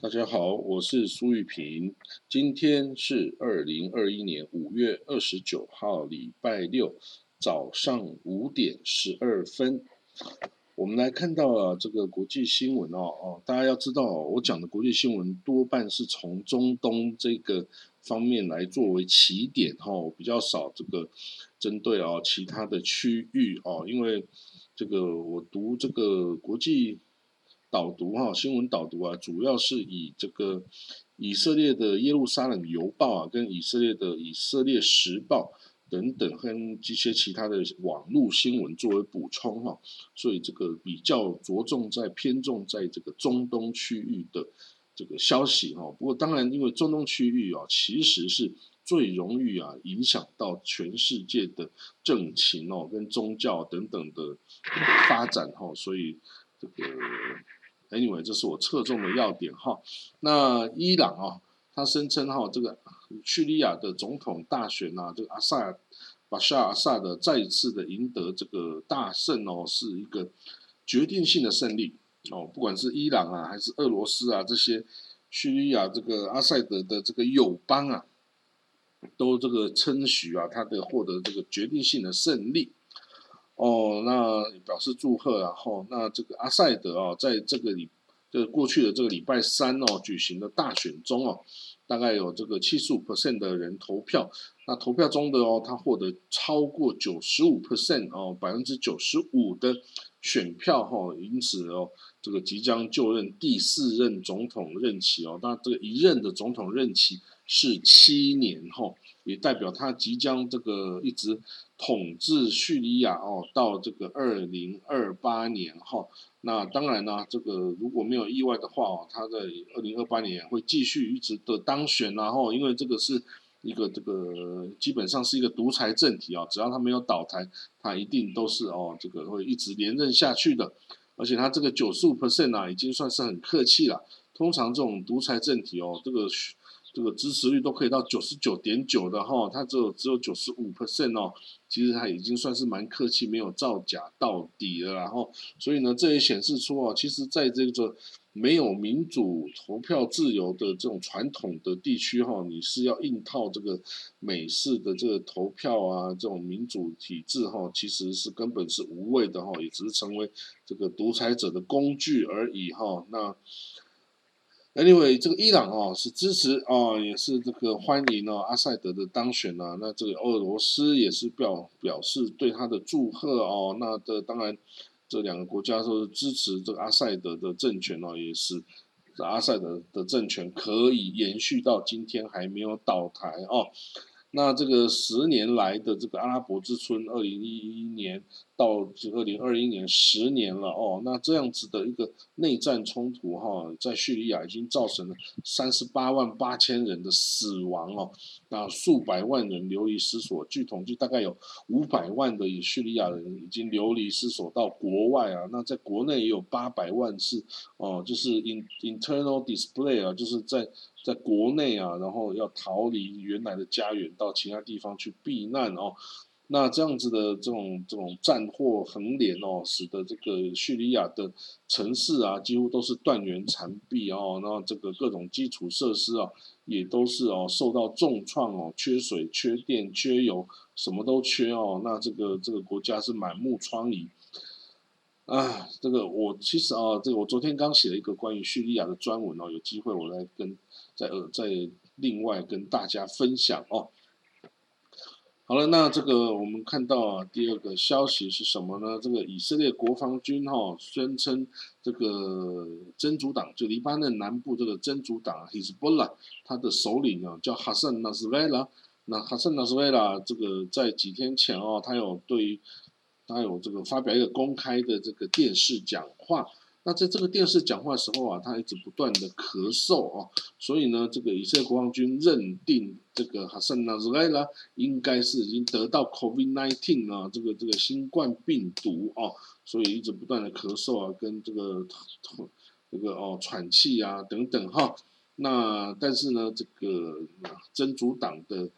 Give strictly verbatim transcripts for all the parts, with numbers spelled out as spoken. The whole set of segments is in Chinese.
大家好，我是苏玉平。今天是二零二一年五月二十九号，礼拜六早上五点十二分。我们来看到啊，这个国际新闻哦哦，大家要知道、哦，我讲的国际新闻多半是从中东这个方面来作为起点哈、哦，比较少这个针对啊、哦、其他的区域哦，因为这个我读这个国际。导读哈，新闻导读啊，主要是以这个以色列的耶路撒冷邮报啊，跟以色列的以色列时报等等，跟一些其他的网络新闻作为补充哈，所以这个比较着重在偏重在这个中东区域的这个消息哈。不过当然，因为中东区域啊，其实是最容易啊影响到全世界的政情哦，跟宗教等等的发展哈，所以这个。Anyway， 这是我侧重的要点哈。那伊朗啊，他声称哈，这个叙利亚的总统大选啊，这个阿萨巴沙阿萨的再次的赢得这个大胜哦，是一个决定性的胜利哦。不管是伊朗啊，还是俄罗斯啊，这些叙利亚这个阿塞德的这个友邦啊，都这个称许啊，他的获得这个决定性的胜利。哦，那表示祝贺然后那这个阿塞德哦，在这个礼，这个过去的这个礼拜三哦举行的大选中哦，大概有这个七十五 percent 的人投票，那投票中的哦，他获得超过九十五 percent 哦，百分之九十五的选票哈、哦，因此哦，这个即将就任第四任总统任期哦，那这个一任的总统任期是七年哈、哦，也代表他即将这个一直。统治叙利亚哦，到这个二零二八年哈，那当然呢，这个如果没有意外的话哦，他在二零二八年会继续一直的当选然后，因为这个是一个这个基本上是一个独裁政体啊，只要他没有倒台，他一定都是哦这个会一直连任下去的，而且他这个九十五 percent 啊，已经算是很客气了。通常这种独裁政体哦，这个。这个支持率都可以到九十九点九的哈，它只有只有九十五 percent 哦，其实它已经算是蛮客气，没有造假到底了。然后，所以呢，这也显示出哦，其实在这个没有民主投票自由的这种传统的地区哈，你是要硬套这个美式的这个投票啊，这种民主体制哈，其实是根本是无谓的哈，也只是成为这个独裁者的工具而已哈。那。Anyway，这个伊朗哦是支持哦，也是这个欢迎哦阿塞德的当选啊。那这个俄罗斯也是表表示对他的祝贺哦。那这当然，这两个国家都是支持这个阿塞德的政权哦，也是阿塞德的政权可以延续到今天还没有倒台哦。那这个十年来的这个阿拉伯之春，二零一一年到二零二一年十年了哦，那这样子的一个内战冲突哈，在叙利亚已经造成了三十八万八千人的死亡哦，那数百万人流离失所，据统计大概有五百万的叙利亚人已经流离失所到国外啊，那在国内也有八百万是哦，就是 in internal display 啊，就是在。在国内啊，然后要逃离原来的家园，到其他地方去避难哦。那这样子的这种这种战祸横连哦，使得这个叙利亚的城市啊，几乎都是断垣残壁哦。那这个各种基础设施啊，也都是哦受到重创哦，缺水、缺电、缺油，什么都缺哦。那这个这个国家是满目疮痍。啊，这个我其实啊，这个我昨天刚写了一个关于叙利亚的专文哦，有机会我来跟再呃再另外跟大家分享哦。好了，那这个我们看到啊，第二个消息是什么呢？这个以色列国防军哈、哦、宣称，这个真主党就黎巴嫩南部这个真主党 Hezbollah， 他的首领啊叫哈桑纳斯维拉。那哈桑纳斯维拉这个在几天前哦，他有对他有这个发表一个公开的这个电视讲话。那在这个电视讲话的时候啊，他一直不断的咳嗽哦，所以呢，这个以色列国防军认定这个哈桑纳斯莱拉应该是已经得到 COVID 十九 啊，这个这个新冠病毒哦，所以一直不断的咳嗽啊，跟这个这个哦喘气啊等等哈。那但是呢，这个真主党的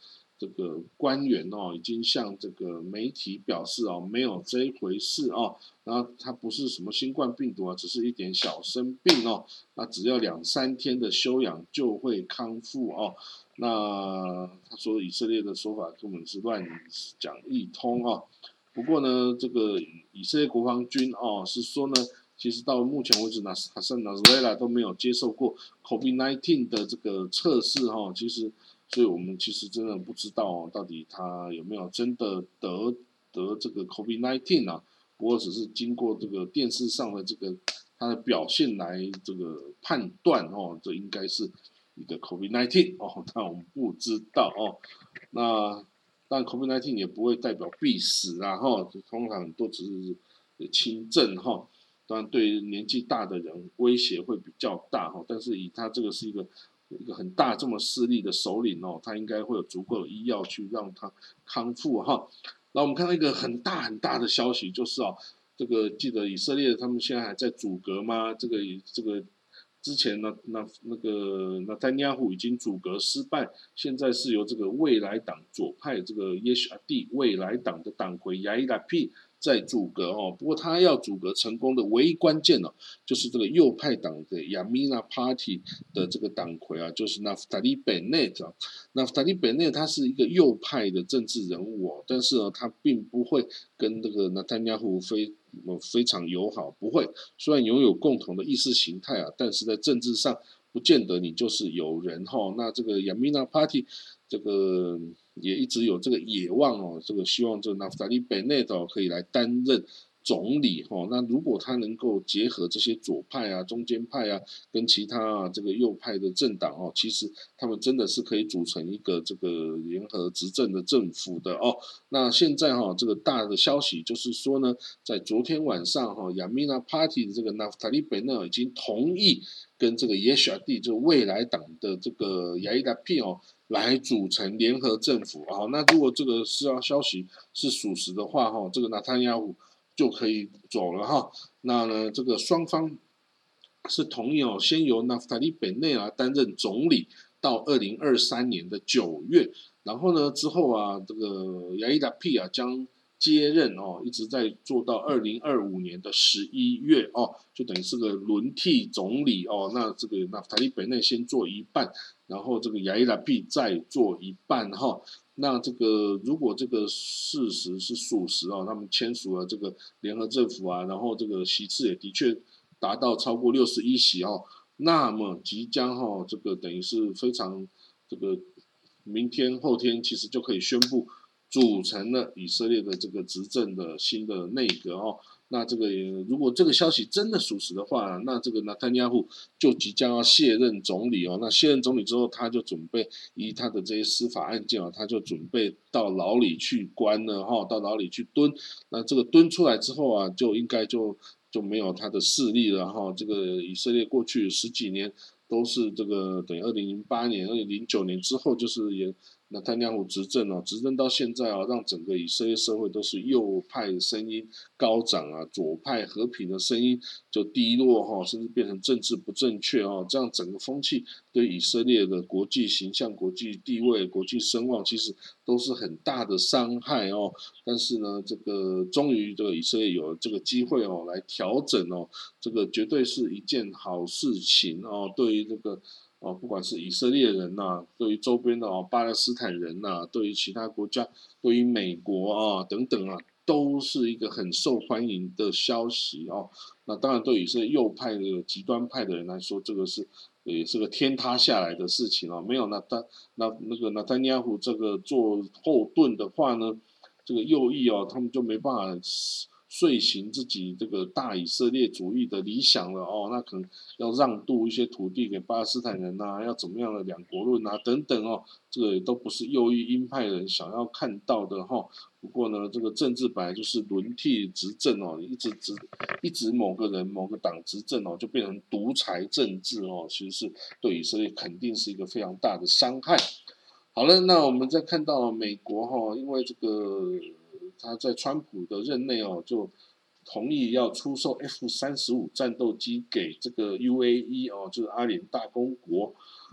这个官员哦，已经向这个媒体表示哦，没有这一回事哦，然后它不是什么新冠病毒啊，只是一点小生病哦，那只要两三天的休养就会康复哦。那他说以色列的说法根本是乱讲一通哦。不过呢，这个以色列国防军哦是说呢，其实到目前为止呢，哈桑纳斯维拉都没有接受过 COVID 十九 的这个测试哈、哦，其实，所以我们其实真的不知道、哦、到底他有没有真的得得这个 COVID 十九 啊。不过只是经过这个电视上的这个他的表现来这个判断哦，这应该是一个 COVID 十九 哦，但我们不知道哦。那但 COVID 十九 也不会代表必死啊哈，通常都只是轻症哈。当然对年纪大的人威胁会比较大哈，但是以他这个是一个一个很大这么势力的首领哦，他应该会有足够的医药去让他康复哈。那我们看到一个很大很大的消息，就是哦，这个记得以色列他们现在还在阻隔吗？这个这个之前呢，那那个那丹尼亚胡已经阻隔失败，现在是由这个未来党左派这个耶什阿蒂未来党的党魁亚伊拉皮在阻隔哦。不过他要阻隔成功的唯一关键哦，就是这个右派党的亚米纳 Party 的这个党魁啊，就是纳夫塔利·本内特。纳夫塔利·本内他是一个右派的政治人物哦，但是呢，他并不会跟这个纳丹尼亚胡非非常友好，不会。虽然拥有共同的意识形态啊，但是在政治上不见得你就是友人哈。那这个亚米纳 Party 这个也一直有这个野望哦，这个希望这个纳夫塔利·本内特可以来担任总理哈。那如果他能够结合这些左派啊、中间派啊，跟其他啊这个右派的政党哦，其实他们真的是可以组成一个这个联合执政的政府的哦。那现在哈、哦，这个大的消息就是说呢，在昨天晚上哈、哦，亚米纳 Party 的这个纳夫塔利·本内已经同意跟这个耶什蒂，就是未来党的这个亚伊达皮哦，来组成联合政府啊、哦。那如果这个是要消息是属实的话哈、哦，这个纳坦雅胡就可以走了哈。那呢，这个双方是同意哦，先由纳夫塔利·本内啊担任总理到二零二三年的九月，然后呢之后啊，这个亚伊达皮啊将接任哦，一直在做到二零二五年的十一月哦，就等于是个轮替总理哦。那这个纳夫塔利·本内先做一半，然后这个亚伊达皮再做一半哈、哦。那这个如果这个事实是属实哦，他们签署了这个联合政府啊，然后这个席次也的确达到超过六十一席哦，那么即将哈、哦、这个等于是非常这个明天后天其实就可以宣布组成了以色列的这个执政的新的内阁哦。那这个如果这个消息真的属实的话，那这个纳坦雅胡就即将要卸任总理哦。那卸任总理之后，他就准备以他的这些司法案件啊，他就准备到牢里去关了哈，到牢里去蹲。那这个蹲出来之后啊，就应该就就没有他的势力了哈。这个以色列过去十几年都是这个等于二零零八年、二零零九年之后，就是也纳坦雅胡执政哦，执政到现在啊，让整个以色列社会都是右派声音高涨啊，左派和平的声音就低落哈，甚至变成政治不正确哦，这样整个风气对以色列的国际形象、国际地位、国际声望，其实都是很大的伤害哦。但是呢，这个终于这个以色列有这个机会哦，来调整哦，这个绝对是一件好事情哦，对于这个。哦，不管是以色列人呐、啊，对于周边的哦巴勒斯坦人呐、啊，对于其他国家，对于美国啊等等啊，都是一个很受欢迎的消息哦。那当然，对于是右派的极端派的人来说，这个是也是个天塌下来的事情哦。没有那他那那个纳坦雅胡这个做后盾的话呢，这个右翼哦，他们就没办法遂行自己这个大以色列主义的理想了哦，那可能要让渡一些土地给巴勒斯坦人呐、啊，要怎么样的两国论啊等等哦，这个也都不是右翼鹰派人想要看到的哈、哦。不过呢，这个政治本来就是轮替执政哦，一直执一直某个人某个党执政哦，就变成独裁政治哦，其实是对以色列肯定是一个非常大的伤害。好了，那我们再看到美国哈、哦，因为这个他在川普的任内哦，就同意要出售 F 三十五战斗机给这个 U A E 哦，就是阿联大公国。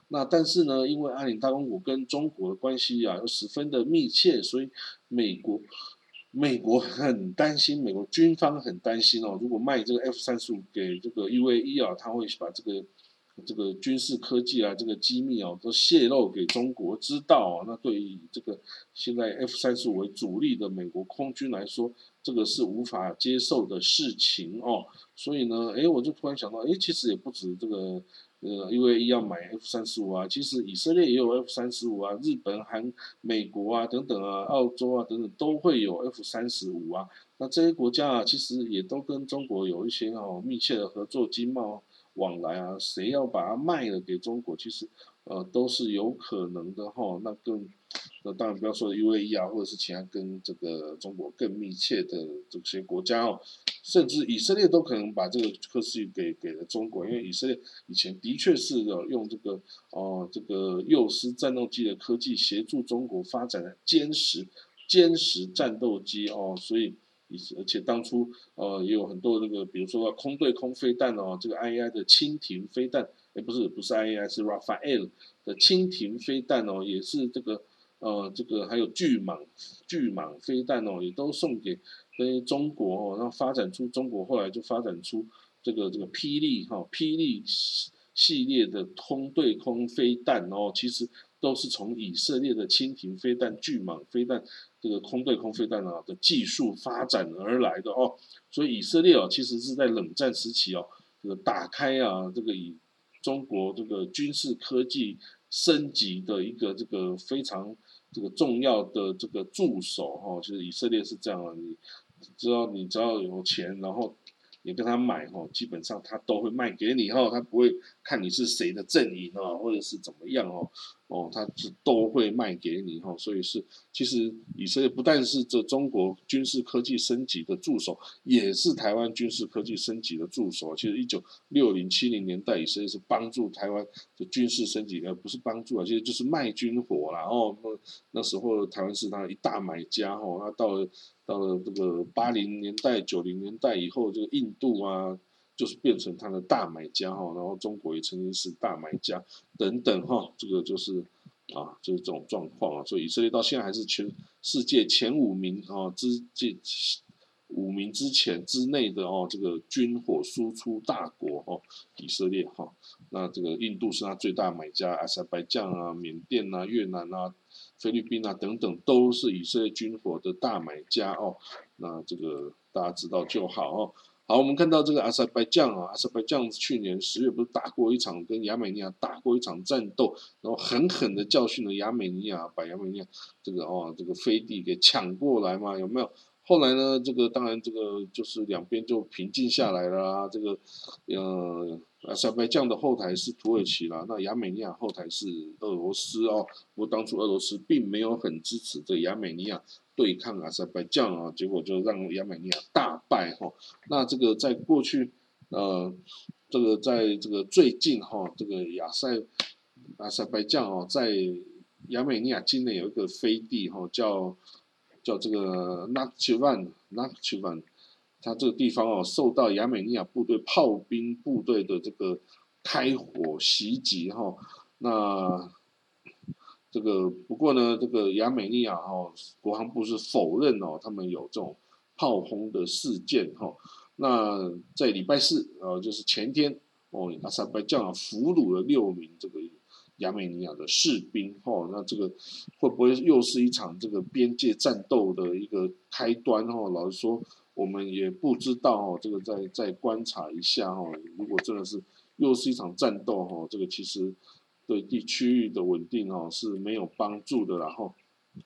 那但是呢，因为阿联大公国跟中国的关系啊又十分的密切，所以美国美国很担心，美国军方很担心哦，如果卖这个 F 三十五给这个 U A E 啊，他会把这个这个军事科技啊，这个机密啊都泄露给中国知道、哦、那对于这个现在 F 三十五为主力的美国空军来说，这个是无法接受的事情哦。所以呢，哎，我就突然想到，哎，其实也不止这个。呃 U A E 要买 F 三十五啊，其实以色列也有 F 三十五啊，日本、韩、美国啊等等啊，澳洲啊等等都会有 F 三十五啊。那这些国家啊，其实也都跟中国有一些哦密切的合作经贸往来啊。谁要把它卖了给中国，其实呃都是有可能的哈、哦。那更那当然不要说 U A E 啊，或者是其他跟这个中国更密切的这些国家哦。甚至以色列都可能把这个科技给给了中国，因为以色列以前的确是有用这个哦、呃、这个幼师战斗机的科技协助中国发展了歼十歼十战斗机哦，所以而且当初呃也有很多那个，比如说空对空飞弹哦，这个 I A I 的蜻蜓飞弹，哎不是不是 I A I 是 Rafael 的蜻蜓飞弹哦，也是这个呃这个还有巨蟒巨蟒飞弹哦，也都送给。跟中国哦，然后发展出中国后来就发展出这个这个霹雳哈、哦、霹雳系列的空对空飞弹哦，其实都是从以色列的蜻蜓飞弹、巨蟒飞弹这个空对空飞弹啊的技术发展而来的哦。所以以色列哦，其实是在冷战时期哦，这个打开啊这个以中国这个军事科技升级的一个这个非常这个重要的这个助手哈、哦，就是以色列是这样啊，你。只要你只要有钱，然后你跟他买哈，基本上他都会卖给你哈，他不会看你是谁的阵营啊，或者是怎么样哦，哦，他是都会卖给你哈，所以是其实以色列不但是这中国军事科技升级的助手，也是台湾军事科技升级的助手。其实一九六零七零年代，以色列是帮助台湾的军事升级，而不是帮助啊，其实就是卖军火啦。哦，那那时候台湾是他一大买家哦，那到了。到了这个八零年代、九零年代以后，这个印度啊，就是变成它的大买家哈，然后中国也曾经是大买家等等哈，这个就是啊，就是这种状况啊，所以以色列到现在还是全世界前五名啊之这五名之前之内的哦，这个军火输出大国哦，以色列哈，那这个印度是它最大买家，阿塞拜疆啊、缅甸啊、越南啊。菲律宾啊等等都是以色列军火的大买家哦，那这个大家知道就好哦。好，我们看到这个阿塞拜疆啊，阿塞拜疆去年十月不是打过一场跟亚美尼亚打过一场战斗，然后狠狠的教训了亚美尼亚，把亚美尼亚这个哦这个飞地给抢过来嘛，有没有？后来呢，这个当然这个就是两边就平静下来了啊，这个呃阿塞拜疆的后台是土耳其啦，那亚美尼亚后台是俄罗斯哦。不过当初俄罗斯并没有很支持这亚美尼亚对抗阿塞拜疆啊，结果就让亚美尼亚大败哈、哦。那这个在过去呃，这个在这个最近哈、哦，这个亚塞阿塞拜疆哦，在亚美尼亚境内有一个飞地哈、哦，叫叫这个 Nakhchivan Nakhchivan。它这个地方哦，受到亚美尼亚部队炮兵部队的这个开火袭击哈、哦，那这个不过呢，这个亚美尼亚哈、哦、国防部是否认哦，他们有这种炮轰的事件哈、哦。那在礼拜四呃，就是前天哦，阿塞拜疆啊俘虏了六名这个亚美尼亚的士兵哦，那这个会不会又是一场这个边界战斗的一个开端哦？老实说，我们也不知道哦，这个再再观察一下哦。如果真的是又是一场战斗哦，这个其实。对地区域的稳定哦是没有帮助的，然后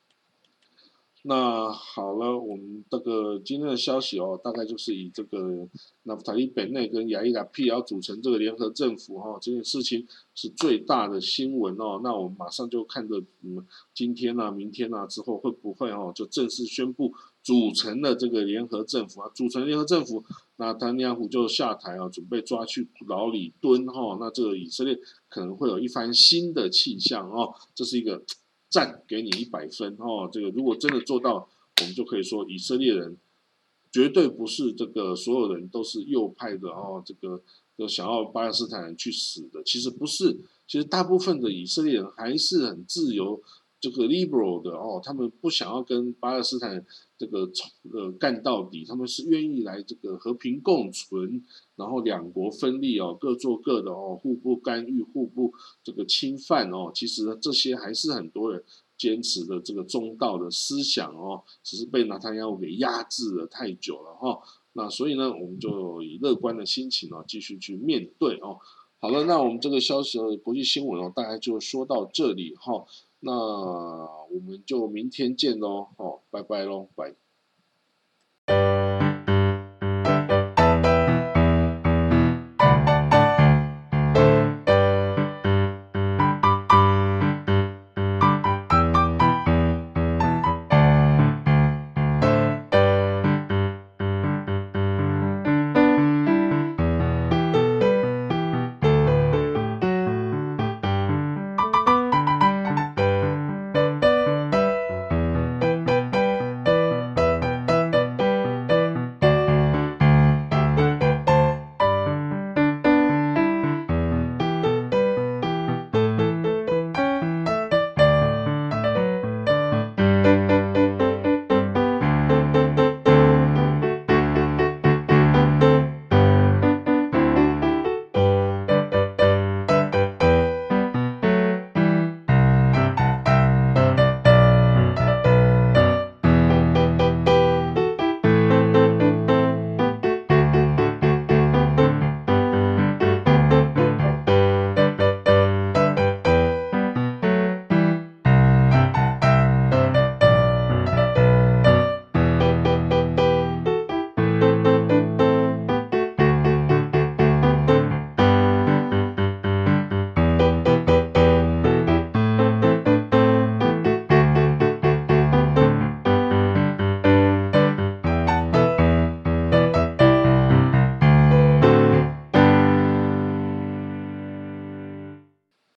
那好了，我们这个今天的消息哦，大概就是以这个纳夫塔利本内跟亚伊拉辟谣组成这个联合政府哈、哦，这件事情是最大的新闻哦。那我们马上就看着嗯，今天啊、明天啊之后会不会哦，就正式宣布组成了这个联合政府啊？组成联合政府，那纳坦雅胡就下台啊，准备抓去牢里蹲哈、哦。那这个以色列可能会有一番新的气象哦，这是一个。赞给你一百分哦，这个如果真的做到，我们就可以说以色列人绝对不是这个所有人都是右派的哦，这个都想要巴勒斯坦人去死的，其实不是，其其实大部分的以色列人还是很自由。这个 liberal 的哦，他们不想要跟巴勒斯坦这个呃干到底，他们是愿意来这个和平共存，然后两国分立哦，各做各的哦，互不干预，互不这个侵犯哦。其实这些还是很多人坚持的这个中道的思想哦，只是被拿tan雅胡给压制了太久了哈、哦。那所以呢，我们就以乐观的心情哦，继续去面对哦。好了，那我们这个消息的国际新闻哦，大概就说到这里哈、哦。那我们就明天见喽，哦，拜拜喽，拜。